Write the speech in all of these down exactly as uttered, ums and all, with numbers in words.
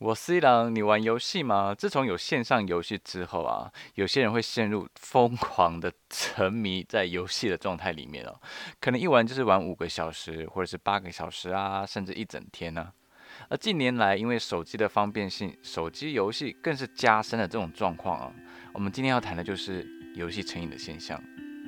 我是一郎，你玩游戏吗？自从有线上游戏之后啊，有些人会陷入疯狂的沉迷在游戏的状态里面哦，可能一玩就是玩五个小时，或者是八个小时啊，甚至一整天呢、而近年来，因为手机的方便性，手机游戏更是加深了这种状况啊。我们今天要谈的就是游戏成瘾的现象。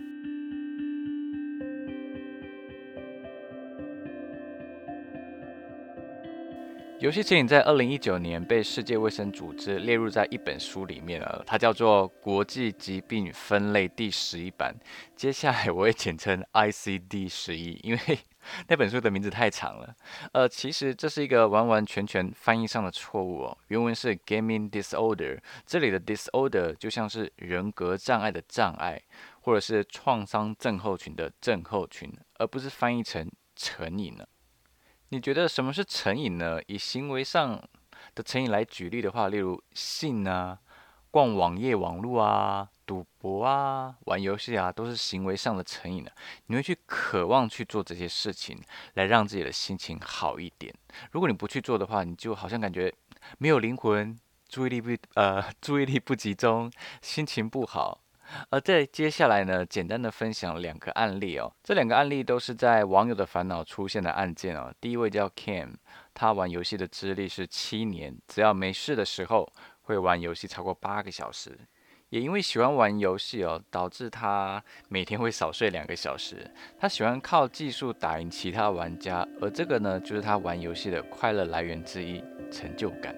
游戏成瘾在二零一九年被世界卫生组织列入在一本书里面了，它叫做《国际疾病分类第十一版》。接下来我会简称 I C D 十一，因为那本书的名字太长了。呃，其实这是一个完完全全翻译上的错误哦。原文是 gaming disorder，这里的 disorder 就像是人格障碍的障碍，或者是创伤症候群的症候群，而不是翻译成成瘾了。你觉得什么是成瘾呢？以行为上的成瘾来举例的话，例如性啊、逛网页网络啊、赌博啊、玩游戏啊，都是行为上的成瘾的。你会去渴望去做这些事情，来让自己的心情好一点。如果你不去做的话，你就好像感觉没有灵魂，注意力不呃注意力不集中，心情不好。而在接下来呢，简单的分享两个案例哦。这两个案例都是在网友的烦恼出现的案件哦。第一位叫 Cam，他玩游戏的资历是七年，只要没事的时候会玩游戏超过八个小时。也因为喜欢玩游戏哦，导致他每天会少睡两个小时。他喜欢靠技术打赢其他玩家，而这个呢，就是他玩游戏的快乐来源之一，成就感。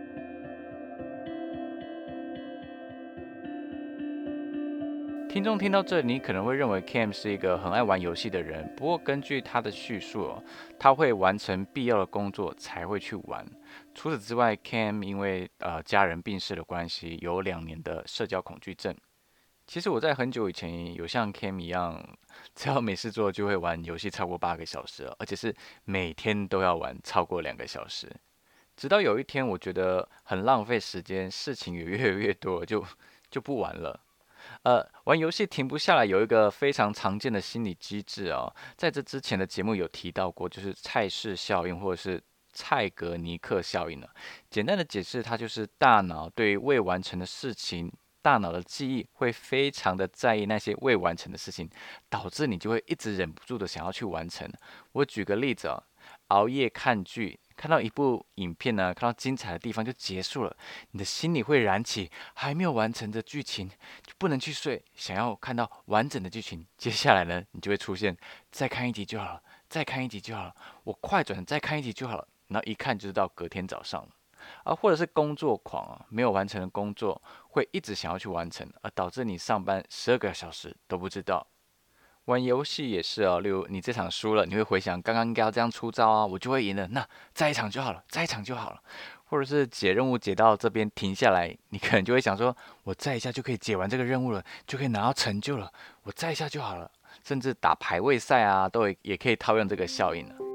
听众听到这里，你可能会认为 Cam 是一个很爱玩游戏的人。不过根据他的叙述哦，他会完成必要的工作才会去玩。除此之外，Cam 因为呃家人病逝的关系，有两年的社交恐惧症。其实我在很久以前有像 Cam 一样，只要没事做就会玩游戏超过八个小时哦，而且是每天都要玩超过两个小时。直到有一天，我觉得很浪费时间，事情也越来越多，就就不玩了。呃，玩游戏停不下来，有一个非常常见的心理机制哦，在这之前的节目有提到过，就是蔡氏效应或者是蔡格尼克效应呢。简单的解释，它就是大脑对于未完成的事情，大脑的记忆会非常的在意那些未完成的事情，导致你就会一直忍不住的想要去完成。我举个例子哦，熬夜看剧。看到一部影片呢，看到精彩的地方就结束了，你的心里会燃起还没有完成的剧情，就不能去睡，想要看到完整的剧情。接下来呢，你就会出现再看一集就好了，再看一集就好了，我快转再看一集就好了。然后一看就是到隔天早上了。啊，或者是工作狂啊，没有完成的工作会一直想要去完成，而导致你上班十二个小时都不知道。玩游戏也是哦，例如你这场输了，你会回想刚刚应该要这样出招啊，我就会赢了，那再一场就好了，再一场就好了。或者是解任务解到这边停下来，你可能就会想说，我再一下就可以解完这个任务了，就可以拿到成就了，我再一下就好了。甚至打排位赛啊，都也也可以套用这个效应啊。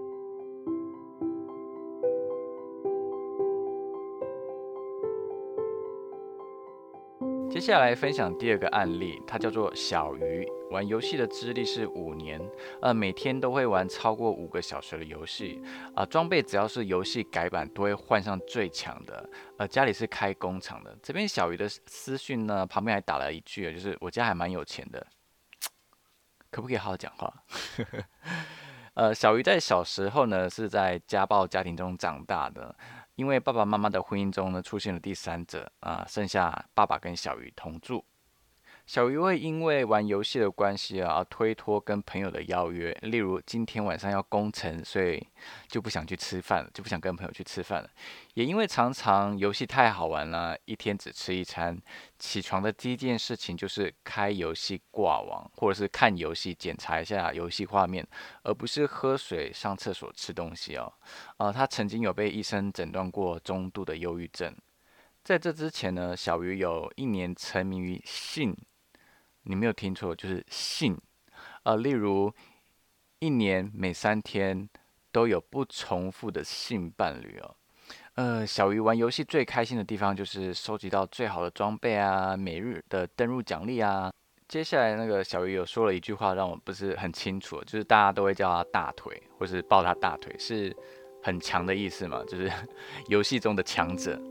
接下来分享第二个案例，它叫做小鱼。玩游戏的资历是五年，呃，每天都会玩超过五个小时的游戏，啊、装备只要是游戏改版都会换上最强的，呃，家里是开工厂的。这边小鱼的私讯呢，旁边还打了一句，就是我家还蛮有钱的，可不可以好好讲话？呃，小鱼在小时候呢是在家暴家庭中长大的，因为爸爸妈妈的婚姻中呢出现了第三者啊、剩下爸爸跟小鱼同住。小鱼会因为玩游戏的关系啊，而推脱跟朋友的邀约，例如今天晚上要攻城，所以就不想去吃饭了，就不想跟朋友去吃饭了。也因为常常游戏太好玩了，一天只吃一餐，起床的第一件事情就是开游戏挂网，或者是看游戏检查一下游戏画面，而不是喝水、上厕所、吃东西哦。呃，他曾经有被医生诊断过中度的忧郁症。在这之前呢，小鱼有一年沉迷于性，你没有听错，就是性。呃，例如一年每三天都有不重复的性伴侣哦。呃，小鱼玩游戏最开心的地方就是收集到最好的装备啊，每日的登入奖励啊。接下来那个小鱼有说了一句话，让我不是很清楚，就是大家都会叫他大腿，或是抱他大腿，是很强的意思嘛，就是游戏中的强者。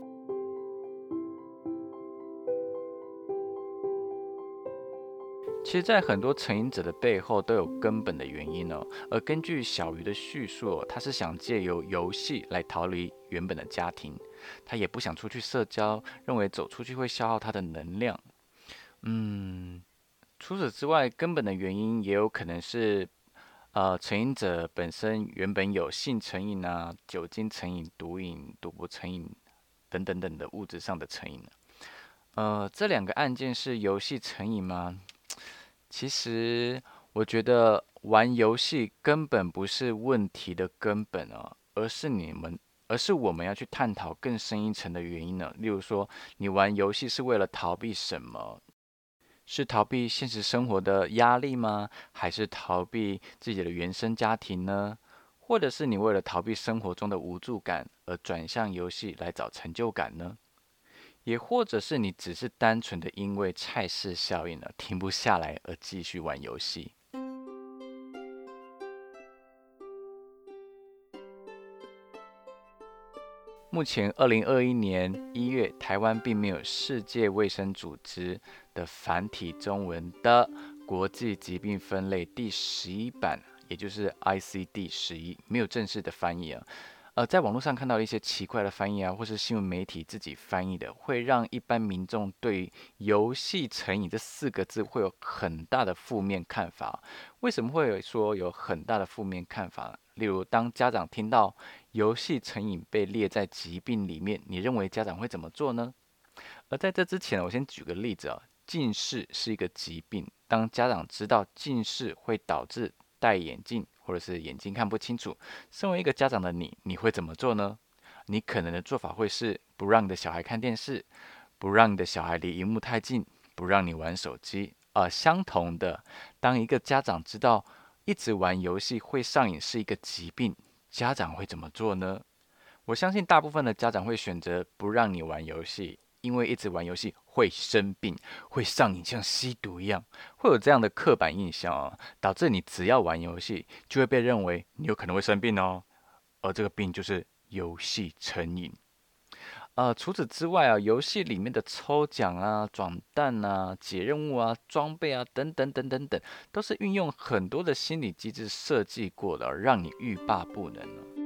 其实，在很多成瘾者的背后都有根本的原因哦。而根据小鱼的叙述哦，他是想借由游戏来逃离原本的家庭，他也不想出去社交，认为走出去会消耗他的能量。嗯，除此之外，根本的原因也有可能是，呃，成瘾者本身原本有性成瘾啊、酒精成瘾、毒瘾、赌博成瘾等等等的物质上的成瘾。呃，这两个案件是游戏成瘾吗？其实我觉得玩游戏根本不是问题的根本哦，而是你们，而是我们要去探讨更深一层的原因呢。例如说，你玩游戏是为了逃避什么？是逃避现实生活的压力吗？还是逃避自己的原生家庭呢？或者是你为了逃避生活中的无助感而转向游戏来找成就感呢？也或者是你只是单纯的因为菜市效应而停不下来而继续玩游戏。目前，二零二一年一月，台湾并没有世界卫生组织的繁体中文的国际疾病分类第十一版，也就是 I C D 十一，没有正式的翻译啊。呃，在网络上看到一些奇怪的翻译啊，或是新闻媒体自己翻译的，会让一般民众对“游戏成瘾”这四个字会有很大的负面看法。为什么会有说有很大的负面看法呢？例如，当家长听到游戏成瘾被列在疾病里面，你认为家长会怎么做呢？而在这之前，我先举个例子啊，近视是一个疾病，当家长知道近视会导致戴眼镜或者是眼睛看不清楚，身为一个家长的你，你会怎么做呢？你可能的做法会是不让你的小孩看电视，不让你的小孩离荧幕太近，不让你玩手机。而相同的，当一个家长知道一直玩游戏会上瘾是一个疾病，家长会怎么做呢？我相信大部分的家长会选择不让你玩游戏，因为一直玩游戏会生病，会上瘾，像吸毒一样，会有这样的刻板印象哦，导致你只要玩游戏，就会被认为你有可能会生病哦，而这个病就是游戏成瘾。呃，除此之外啊，游戏里面的抽奖啊、转蛋啊、解任务啊、装备啊等等等等等，都是运用很多的心理机制设计过的，让你欲罢不能哦。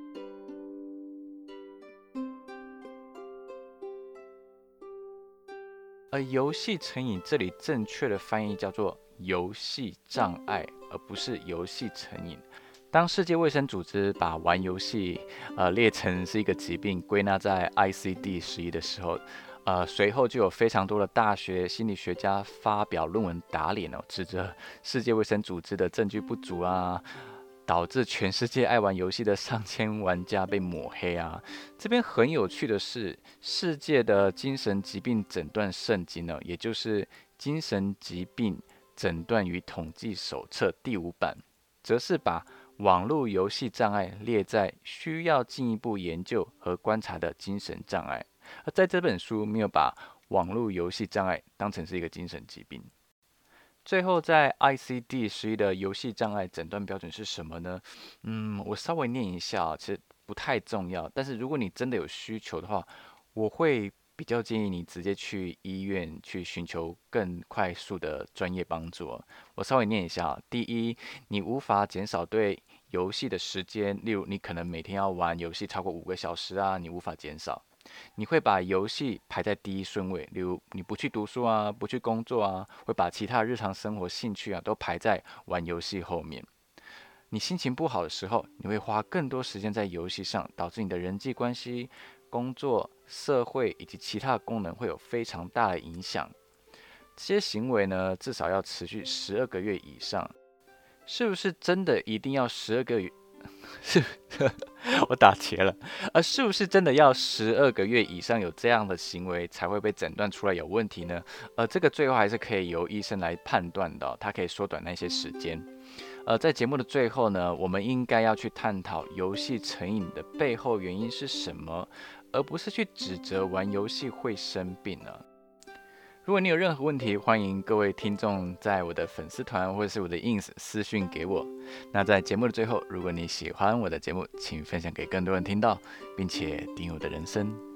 而游戏成瘾这里正确的翻译叫做游戏障碍，而不是游戏成瘾。当世界卫生组织把玩游戏呃列成是一个疾病，归纳在 I C D 十一的时候，呃，随后就有非常多的大学心理学家发表论文打脸哦，指责世界卫生组织的证据不足啊，导致全世界爱玩游戏的上千玩家被抹黑啊。这边很有趣的是，世界的精神疾病诊断圣经呢，也就是精神疾病诊断与统计手册第五版，则是把网络游戏障碍列在需要进一步研究和观察的精神障碍，而在这本书没有把网络游戏障碍当成是一个精神疾病。最后，在 I C D 十一的游戏障碍诊断标准是什么呢？嗯，我稍微念一下啊，其实不太重要。但是如果你真的有需求的话，我会比较建议你直接去医院去寻求更快速的专业帮助哦。我稍微念一下啊，第一，你无法减少对游戏的时间，例如你可能每天要玩游戏超过五个小时啊，你无法减少。你会把游戏排在第一顺位，例如你不去读书啊，不去工作啊，会把其他日常生活兴趣啊都排在玩游戏后面。你心情不好的时候，你会花更多时间在游戏上，导致你的人际关系、工作、社会以及其他功能会有非常大的影响。这些行为呢，至少要持续十二个月以上。是不是真的一定要十二个月？是，我打结了。而是不是真的要十二个月以上有这样的行为才会被诊断出来有问题呢？呃，这个最后还是可以由医生来判断的哦，他可以缩短那些时间。呃，在节目的最后呢，我们应该要去探讨游戏成瘾的背后原因是什么，而不是去指责玩游戏会生病呢。 如果你有任何问题，欢迎各位听众在我的粉丝团或者是我的 ins 私讯给我。那在节目的最后，如果你喜欢我的节目，请分享给更多人听到，并且订阅我的人生